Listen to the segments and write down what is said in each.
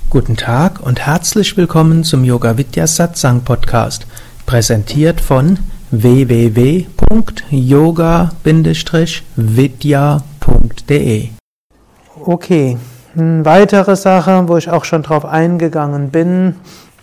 Guten Tag und herzlich willkommen zum Yoga Vidya Satsang Podcast, präsentiert von www.yoga-vidya.de. Okay, eine weitere Sache, wo ich auch schon drauf eingegangen bin,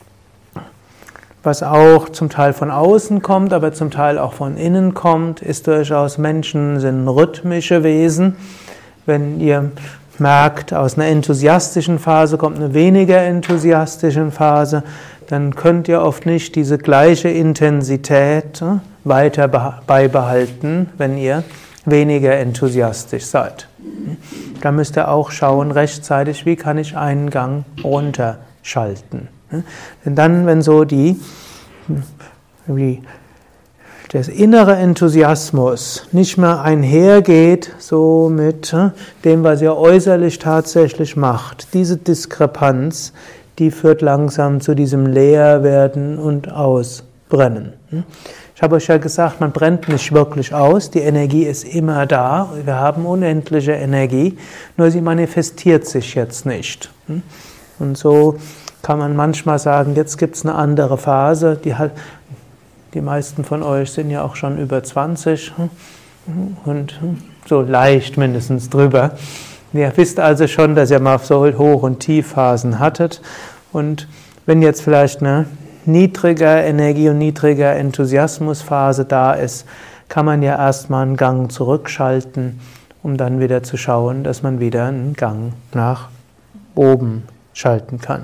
was auch zum Teil von außen kommt, aber zum Teil auch von innen kommt, ist durchaus, Menschen sind rhythmische Wesen. Wenn ihr merkt, aus einer enthusiastischen Phase kommt eine weniger enthusiastische Phase, dann könnt ihr oft nicht diese gleiche Intensität weiter beibehalten, wenn ihr weniger enthusiastisch seid. Da müsst ihr auch schauen rechtzeitig, wie kann ich einen Gang runterschalten. Denn dann, wenn so das innere Enthusiasmus nicht mehr einhergeht, so mit dem, was ihr äußerlich tatsächlich macht. Diese Diskrepanz, die führt langsam zu diesem Leerwerden und Ausbrennen. Ich habe euch ja gesagt, man brennt nicht wirklich aus, die Energie ist immer da, wir haben unendliche Energie, nur sie manifestiert sich jetzt nicht. Und so kann man manchmal sagen, jetzt gibt es eine andere Phase, die meisten von euch sind ja auch schon über 20 und so leicht mindestens drüber. Ihr wisst also schon, dass ihr mal so Hoch- und Tiefphasen hattet. Und wenn jetzt vielleicht eine niedriger Energie- und niedriger Enthusiasmusphase da ist, kann man ja erstmal einen Gang zurückschalten, um dann wieder zu schauen, dass man wieder einen Gang nach oben schalten kann.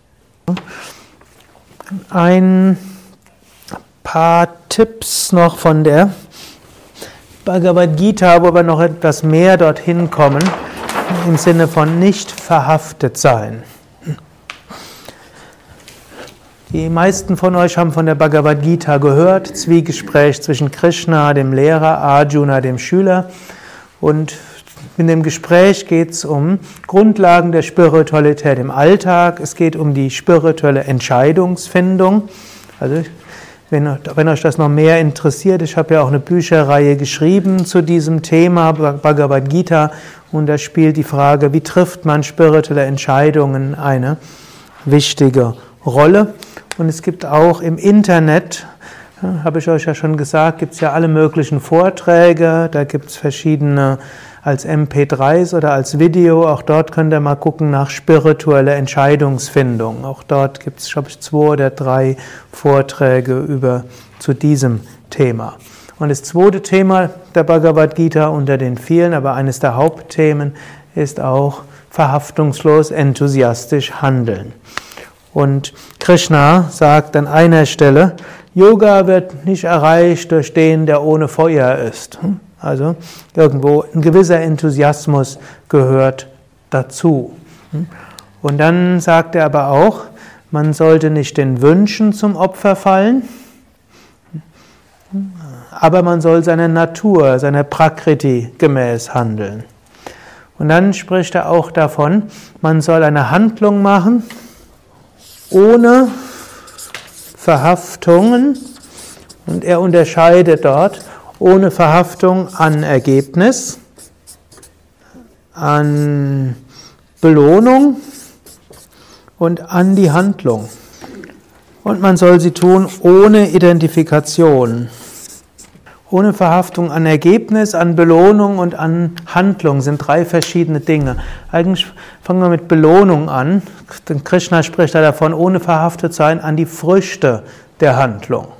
Ein paar Tipps noch von der Bhagavad Gita, wo wir noch etwas mehr dorthin kommen, im Sinne von nicht verhaftet sein. Die meisten von euch haben von der Bhagavad Gita gehört, Zwiegespräch zwischen Krishna, dem Lehrer, Arjuna, dem Schüler. Und in dem Gespräch geht es um Grundlagen der Spiritualität im Alltag. Es geht um die spirituelle Entscheidungsfindung. Also wenn euch das noch mehr interessiert, ich habe ja auch eine Bücherreihe geschrieben zu diesem Thema, Bhagavad Gita, und da spielt die Frage, wie trifft man spirituelle Entscheidungen, eine wichtige Rolle. Und es gibt auch im Internet, habe ich euch ja schon gesagt, gibt es ja alle möglichen Vorträge, da gibt es verschiedene als MP3s oder als Video, auch dort könnt ihr mal gucken nach spiritueller Entscheidungsfindung. Auch dort gibt es, glaube ich, 2 oder 3 Vorträge zu diesem Thema. Und das zweite Thema der Bhagavad Gita unter den vielen, aber eines der Hauptthemen, ist auch verhaftungslos enthusiastisch handeln. Und Krishna sagt an einer Stelle, Yoga wird nicht erreicht durch den, der ohne Feuer ist. Also irgendwo ein gewisser Enthusiasmus gehört dazu. Und dann sagt er aber auch, man sollte nicht den Wünschen zum Opfer fallen, aber man soll seiner Natur, seiner Prakriti gemäß handeln. Und dann spricht er auch davon, man soll eine Handlung machen, ohne Verhaftungen, und er unterscheidet dort ohne Verhaftung an Ergebnis, an Belohnung und an die Handlung. Und man soll sie tun ohne Identifikation. Ohne Verhaftung an Ergebnis, an Belohnung und an Handlung sind 3 verschiedene Dinge. Eigentlich fangen wir mit Belohnung an. Denn Krishna spricht da davon, ohne verhaftet sein an die Früchte der Handlung.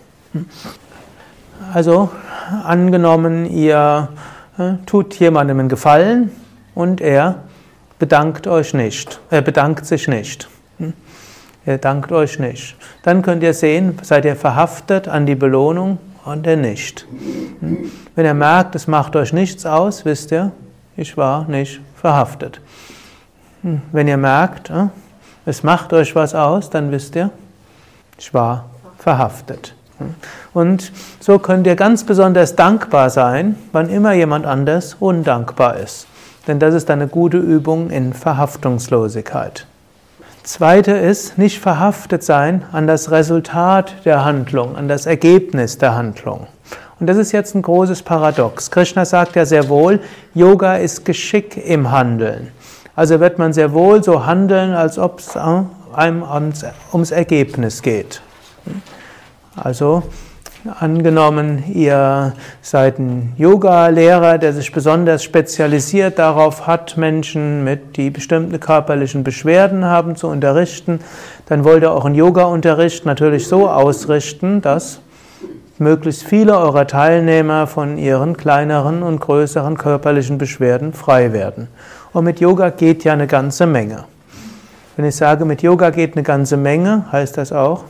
Also angenommen, ihr tut jemandem einen Gefallen und er bedankt sich nicht. Er dankt euch nicht. Dann könnt ihr sehen, seid ihr verhaftet an die Belohnung oder nicht. Wenn ihr merkt, es macht euch nichts aus, wisst ihr, ich war nicht verhaftet. Wenn ihr merkt, es macht euch was aus, dann wisst ihr, ich war verhaftet. Und so könnt ihr ganz besonders dankbar sein, wann immer jemand anders undankbar ist. Denn das ist eine gute Übung in Verhaftungslosigkeit. Zweite ist, nicht verhaftet sein an das Resultat der Handlung, an das Ergebnis der Handlung. Und das ist jetzt ein großes Paradox. Krishna sagt ja sehr wohl, Yoga ist Geschick im Handeln. Also wird man sehr wohl so handeln, als ob es einem ums Ergebnis geht. Also angenommen, ihr seid ein Yoga-Lehrer, der sich besonders spezialisiert darauf hat, Menschen die bestimmte körperlichen Beschwerden haben, zu unterrichten, dann wollt ihr auch einen Yoga-Unterricht natürlich so ausrichten, dass möglichst viele eurer Teilnehmer von ihren kleineren und größeren körperlichen Beschwerden frei werden. Und mit Yoga geht ja eine ganze Menge. Wenn ich sage, mit Yoga geht eine ganze Menge, heißt das auch,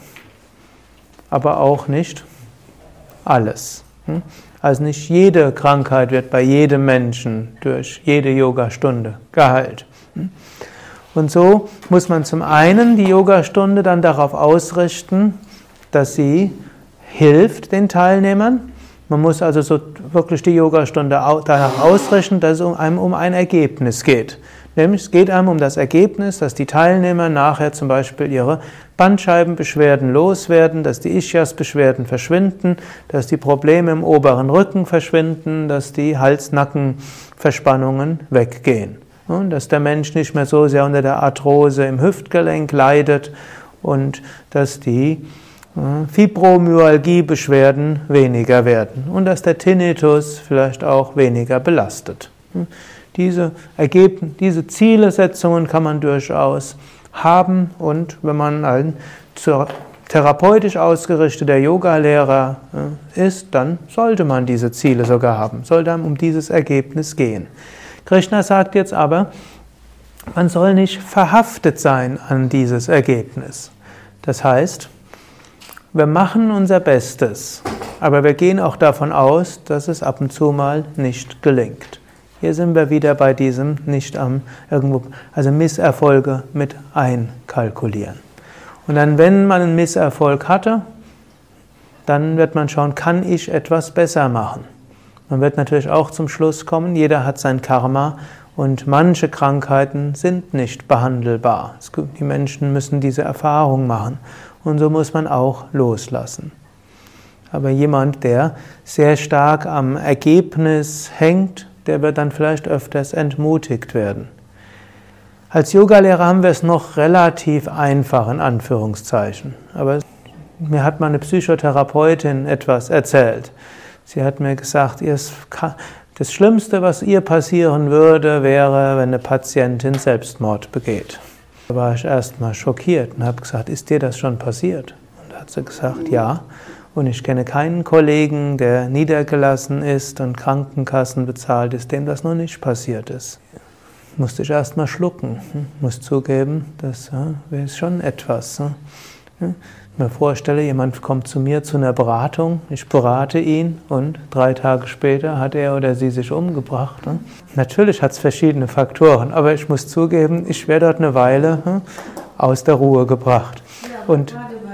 aber auch nicht alles. Also nicht jede Krankheit wird bei jedem Menschen durch jede Yogastunde geheilt. Und so muss man zum einen die Yogastunde dann darauf ausrichten, dass sie hilft den Teilnehmern. Man muss also so wirklich die Yogastunde danach ausrichten, dass es einem um ein Ergebnis geht. Nämlich es geht einem um das Ergebnis, dass die Teilnehmer nachher zum Beispiel ihre Bandscheibenbeschwerden loswerden, dass die Ischiasbeschwerden verschwinden, dass die Probleme im oberen Rücken verschwinden, dass die Hals-Nacken-Verspannungen weggehen. Und dass der Mensch nicht mehr so sehr unter der Arthrose im Hüftgelenk leidet und dass die Fibromyalgie-Beschwerden weniger werden und dass der Tinnitus vielleicht auch weniger belastet. Diese Zielsetzungen kann man durchaus haben und wenn man ein therapeutisch ausgerichteter Yoga-Lehrer ist, dann sollte man diese Ziele sogar haben, sollte einem um dieses Ergebnis gehen. Krishna sagt jetzt aber, man soll nicht verhaftet sein an dieses Ergebnis. Das heißt, wir machen unser Bestes, aber wir gehen auch davon aus, dass es ab und zu mal nicht gelingt. Hier sind wir wieder bei diesem Misserfolge mit einkalkulieren. Und dann, wenn man einen Misserfolg hatte, dann wird man schauen, kann ich etwas besser machen? Man wird natürlich auch zum Schluss kommen, jeder hat sein Karma und manche Krankheiten sind nicht behandelbar. Die Menschen müssen diese Erfahrung machen und so muss man auch loslassen. Aber jemand, der sehr stark am Ergebnis hängt, der wird dann vielleicht öfters entmutigt werden. Als Yogalehrer haben wir es noch relativ einfach, in Anführungszeichen. Aber mir hat mal eine Psychotherapeutin etwas erzählt. Sie hat mir gesagt, das Schlimmste, was ihr passieren würde, wäre, wenn eine Patientin Selbstmord begeht. Da war ich erstmal schockiert und habe gesagt, ist dir das schon passiert? Und da hat sie gesagt, ja. Und ich kenne keinen Kollegen, der niedergelassen ist und Krankenkassen bezahlt ist, dem das noch nicht passiert ist. Musste ich erst mal schlucken. Muss zugeben, das ist schon etwas. Mir vorstelle, jemand kommt zu mir zu einer Beratung, ich berate ihn und 3 Tage später hat er oder sie sich umgebracht. Natürlich hat es verschiedene Faktoren, aber ich muss zugeben, ich werde dort eine Weile aus der Ruhe gebracht. Und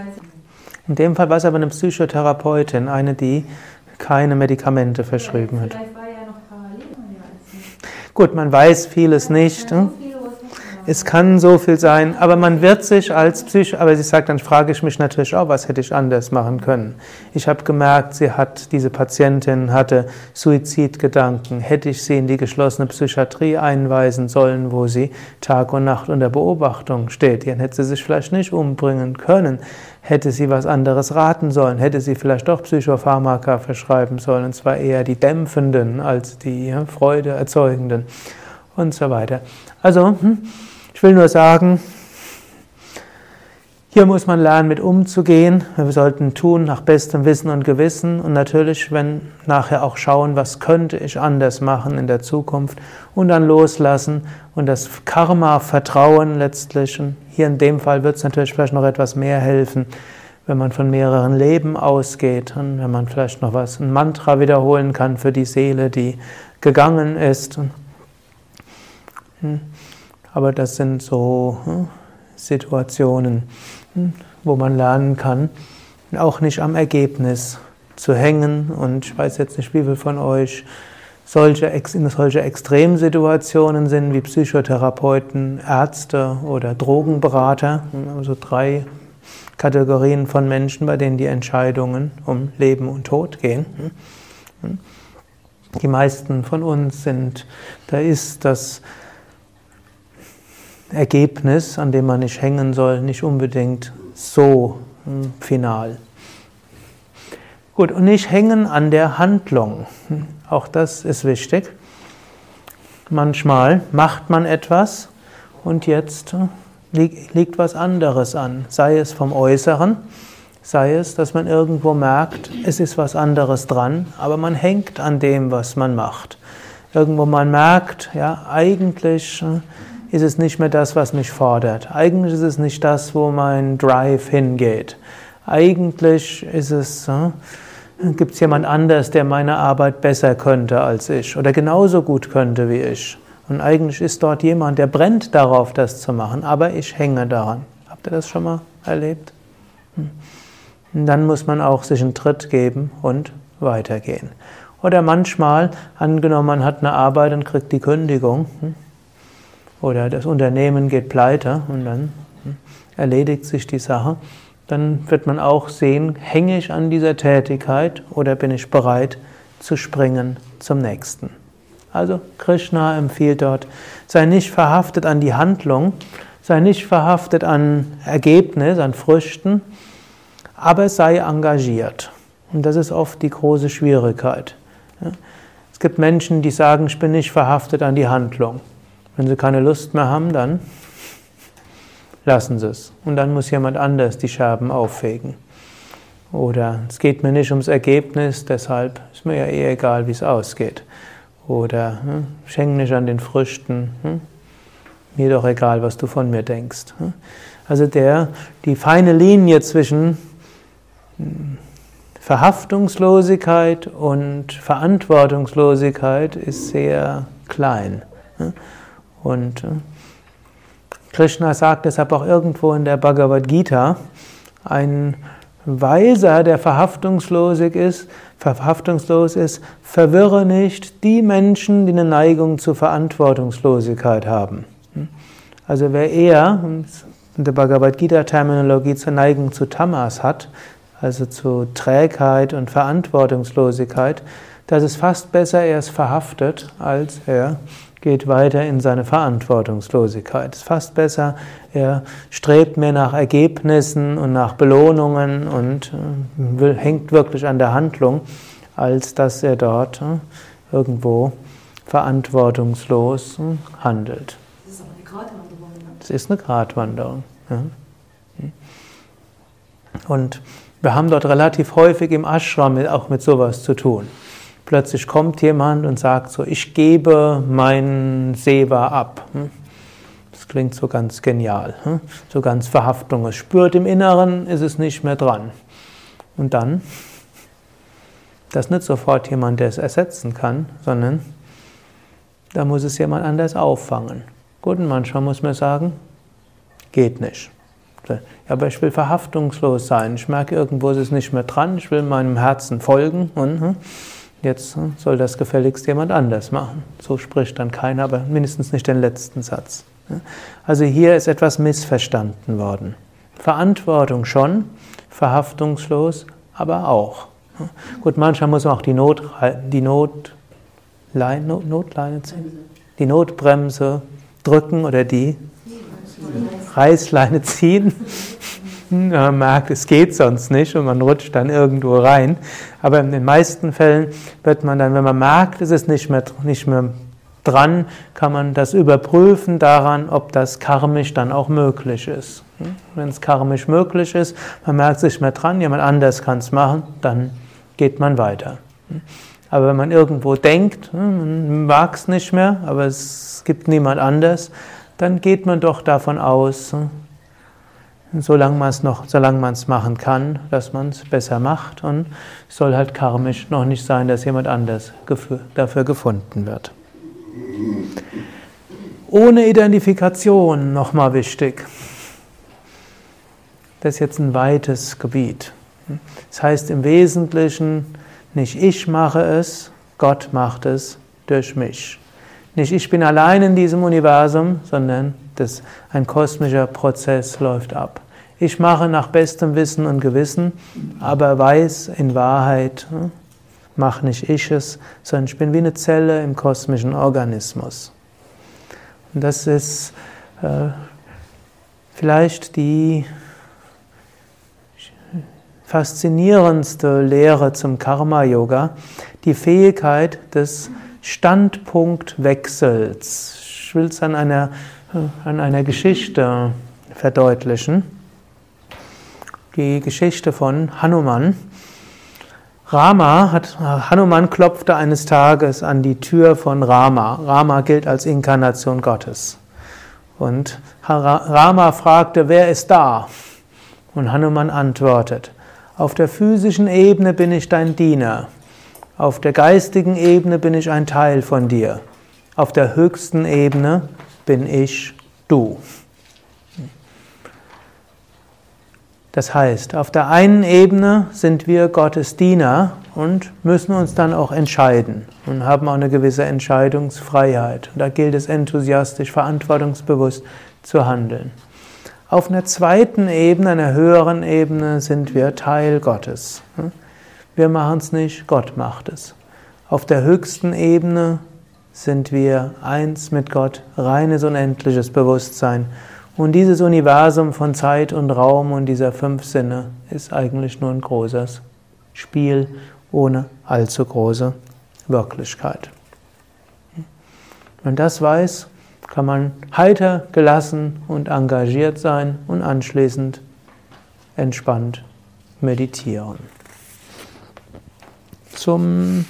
in dem Fall war es aber eine Psychotherapeutin, eine, die keine Medikamente verschrieben hat. Vielleicht war ja noch parallel. Gut, man weiß vieles nicht. Es kann so viel sein, aber man wird sich als aber sie sagt, dann frage ich mich natürlich auch, was hätte ich anders machen können. Ich habe gemerkt, diese Patientin hatte Suizidgedanken. Hätte ich sie in die geschlossene Psychiatrie einweisen sollen, wo sie Tag und Nacht unter Beobachtung steht, dann hätte sie sich vielleicht nicht umbringen können. Hätte sie was anderes raten sollen, hätte sie vielleicht doch Psychopharmaka verschreiben sollen, und zwar eher die dämpfenden als die Freude erzeugenden und so weiter. Also, ich will nur sagen, hier muss man lernen, mit umzugehen. Wir sollten tun nach bestem Wissen und Gewissen und natürlich, wenn nachher auch schauen, was könnte ich anders machen in der Zukunft und dann loslassen und das Karma vertrauen letztlich. Und hier in dem Fall wird es natürlich vielleicht noch etwas mehr helfen, wenn man von mehreren Leben ausgeht und wenn man vielleicht noch ein Mantra wiederholen kann für die Seele, die gegangen ist. Aber das sind so Situationen, wo man lernen kann, auch nicht am Ergebnis zu hängen. Und ich weiß jetzt nicht, wie viele von euch in solche Extremsituationen sind, wie Psychotherapeuten, Ärzte oder Drogenberater. Also 3 Kategorien von Menschen, bei denen die Entscheidungen um Leben und Tod gehen. Die meisten von uns da ist das Ergebnis, an dem man nicht hängen soll, nicht unbedingt so final. Gut, und nicht hängen an der Handlung. Auch das ist wichtig. Manchmal macht man etwas und jetzt liegt was anderes an. Sei es vom Äußeren, sei es, dass man irgendwo merkt, es ist was anderes dran, aber man hängt an dem, was man macht. Irgendwo man merkt, ja, eigentlich ist es nicht mehr das, was mich fordert. Eigentlich ist es nicht das, wo mein Drive hingeht. Eigentlich ist es, gibt es jemand anders, der meine Arbeit besser könnte als ich oder genauso gut könnte wie ich. Und eigentlich ist dort jemand, der brennt darauf, das zu machen, aber ich hänge daran. Habt ihr das schon mal erlebt? Und dann muss man auch sich einen Tritt geben und weitergehen. Oder manchmal, angenommen, man hat eine Arbeit und kriegt die Kündigung, oder das Unternehmen geht pleite und dann erledigt sich die Sache, dann wird man auch sehen, hänge ich an dieser Tätigkeit oder bin ich bereit zu springen zum nächsten. Also Krishna empfiehlt dort, sei nicht verhaftet an die Handlung, sei nicht verhaftet an Ergebnis, an Früchten, aber sei engagiert. Und das ist oft die große Schwierigkeit. Es gibt Menschen, die sagen, ich bin nicht verhaftet an die Handlung. Wenn sie keine Lust mehr haben, dann lassen sie es. Und dann muss jemand anders die Scherben auffegen. Oder es geht mir nicht ums Ergebnis, deshalb ist mir ja eher egal, wie es ausgeht. Oder ich hänge nicht an den Früchten, mir doch egal, was du von mir denkst. Also die feine Linie zwischen Verhaftungslosigkeit und Verantwortungslosigkeit ist sehr klein. Und Krishna sagt deshalb auch irgendwo in der Bhagavad Gita, ein Weiser, der verhaftungslos ist, verwirre nicht die Menschen, die eine Neigung zur Verantwortungslosigkeit haben. Also wer eher in der Bhagavad Gita-Terminologie zur Neigung zu Tamas hat, also zu Trägheit und Verantwortungslosigkeit, das ist fast besser, er ist verhaftet, als er geht weiter in seine Verantwortungslosigkeit. Es ist fast besser, er strebt mehr nach Ergebnissen und nach Belohnungen und hängt wirklich an der Handlung, als dass er dort irgendwo verantwortungslos handelt. Das ist aber eine Gratwanderung. Das ist eine Gratwanderung. Ja. Und wir haben dort relativ häufig im Ashram auch mit sowas zu tun. Plötzlich kommt jemand und sagt so, ich gebe mein Seva ab. Das klingt so ganz genial, so ganz Verhaftung. Es spürt im Inneren, ist es nicht mehr dran. Und dann, das ist nicht sofort jemand, der es ersetzen kann, sondern da muss es jemand anders auffangen. Gut, und manchmal muss man sagen, geht nicht. Ja, aber ich will verhaftungslos sein. Ich merke, irgendwo ist es nicht mehr dran. Ich will meinem Herzen folgen und jetzt soll das gefälligst jemand anders machen. So spricht dann keiner, aber mindestens nicht den letzten Satz. Also hier ist etwas missverstanden worden. Verantwortung schon, verhaftungslos, aber auch. Gut, manchmal muss man auch die Notbremse drücken oder die Reißleine ziehen. Man merkt, es geht sonst nicht und man rutscht dann irgendwo rein. Aber in den meisten Fällen wird man dann, wenn man merkt, es ist nicht mehr dran, kann man das überprüfen daran, ob das karmisch dann auch möglich ist. Wenn es karmisch möglich ist, man merkt es nicht mehr dran, jemand anders kann es machen, dann geht man weiter. Aber wenn man irgendwo denkt, man mag es nicht mehr, aber es gibt niemand anders, dann geht man doch davon aus, solange man es machen kann, dass man es besser macht, und es soll halt karmisch noch nicht sein, dass jemand anders dafür gefunden wird. Ohne Identifikation, nochmal wichtig. Das ist jetzt ein weites Gebiet. Das heißt im Wesentlichen, nicht ich mache es, Gott macht es durch mich. Nicht ich bin allein in diesem Universum, sondern ein kosmischer Prozess läuft ab. Ich mache nach bestem Wissen und Gewissen, aber weiß in Wahrheit, mache nicht ich es, sondern ich bin wie eine Zelle im kosmischen Organismus. Und das ist vielleicht die faszinierendste Lehre zum Karma-Yoga, die Fähigkeit des Standpunktwechsels. Ich will es an einer Geschichte verdeutlichen. Die Geschichte von Hanuman. Hanuman klopfte eines Tages an die Tür von Rama. Rama gilt als Inkarnation Gottes. Und Rama fragte, wer ist da? Und Hanuman antwortet, auf der physischen Ebene bin ich dein Diener. Auf der geistigen Ebene bin ich ein Teil von dir. Auf der höchsten Ebene bin ich du. Das heißt, auf der einen Ebene sind wir Gottes Diener und müssen uns dann auch entscheiden und haben auch eine gewisse Entscheidungsfreiheit. Und da gilt es enthusiastisch, verantwortungsbewusst zu handeln. Auf einer zweiten Ebene, einer höheren Ebene, sind wir Teil Gottes. Wir machen es nicht, Gott macht es. Auf der höchsten Ebene sind wir eins mit Gott, reines unendliches Bewusstsein. Und dieses Universum von Zeit und Raum und dieser 5 Sinne ist eigentlich nur ein großes Spiel ohne allzu große Wirklichkeit. Wenn man das weiß, kann man heiter, gelassen und engagiert sein und anschließend entspannt meditieren. Zum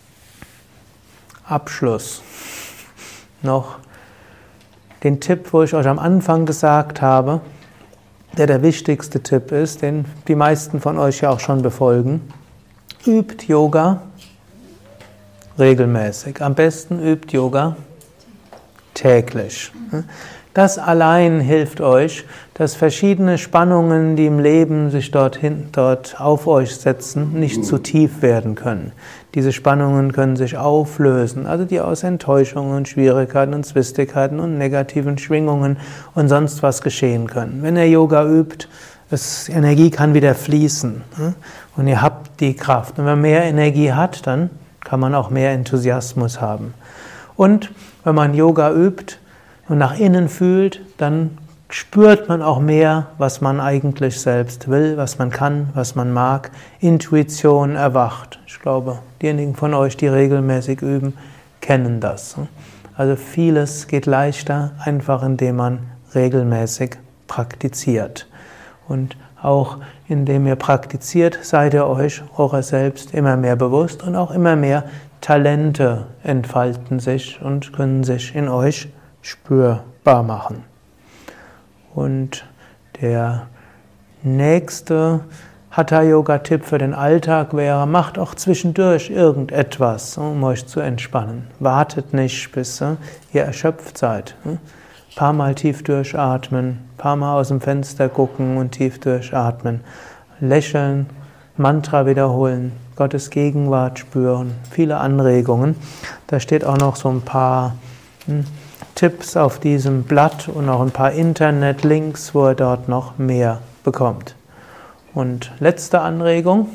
Abschluss noch den Tipp, wo ich euch am Anfang gesagt habe, der wichtigste Tipp ist, den die meisten von euch ja auch schon befolgen. Übt Yoga regelmäßig. Am besten übt Yoga täglich. Das allein hilft euch, dass verschiedene Spannungen, die im Leben sich dort auf euch setzen, nicht zu tief werden können. Diese Spannungen können sich auflösen, also die aus Enttäuschungen, Schwierigkeiten und Zwistigkeiten und negativen Schwingungen und sonst was geschehen können. Wenn ihr Yoga übt, Energie kann wieder fließen und ihr habt die Kraft. Und wenn man mehr Energie hat, dann kann man auch mehr Enthusiasmus haben. Und wenn man Yoga übt und nach innen fühlt, dann spürt man auch mehr, was man eigentlich selbst will, was man kann, was man mag. Intuition erwacht. Ich glaube, diejenigen von euch, die regelmäßig üben, kennen das. Also vieles geht leichter, einfach indem man regelmäßig praktiziert. Und auch indem ihr praktiziert, seid ihr euch eurer selbst immer mehr bewusst und auch immer mehr Talente entfalten sich und können sich in euch spürbar machen. Und der nächste Hatha-Yoga-Tipp für den Alltag wäre, macht auch zwischendurch irgendetwas, um euch zu entspannen. Wartet nicht, bis ihr erschöpft seid. Ein paar Mal tief durchatmen, ein paar Mal aus dem Fenster gucken und tief durchatmen. Lächeln, Mantra wiederholen, Gottes Gegenwart spüren, viele Anregungen. Da steht auch noch so ein paar Tipps auf diesem Blatt und auch ein paar Internetlinks, wo ihr dort noch mehr bekommt. Und letzte Anregung,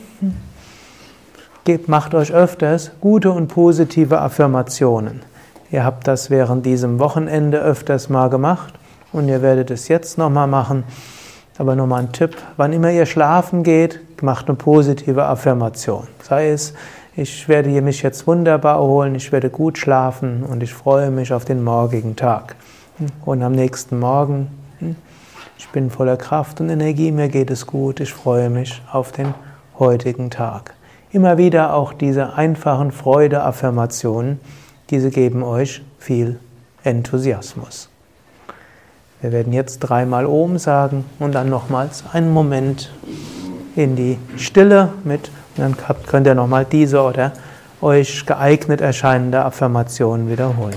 macht euch öfters gute und positive Affirmationen. Ihr habt das während diesem Wochenende öfters mal gemacht und ihr werdet es jetzt nochmal machen. Aber nochmal ein Tipp, wann immer ihr schlafen geht, macht eine positive Affirmation. Sei es, ich werde mich jetzt wunderbar erholen, ich werde gut schlafen und ich freue mich auf den morgigen Tag. Und am nächsten Morgen, ich bin voller Kraft und Energie, mir geht es gut, ich freue mich auf den heutigen Tag. Immer wieder auch diese einfachen Freude-Affirmationen, diese geben euch viel Enthusiasmus. Wir werden jetzt 3-mal Om sagen und dann nochmals einen Moment in die Stille mit. Und dann könnt ihr nochmal diese oder euch geeignet erscheinende Affirmation wiederholen.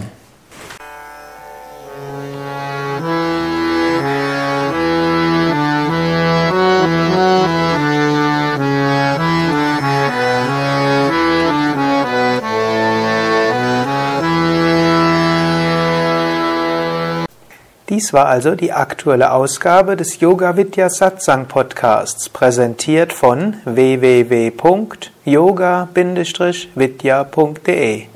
Dies war also die aktuelle Ausgabe des Yoga Vidya Satsang Podcasts, präsentiert von www.yoga-vidya.de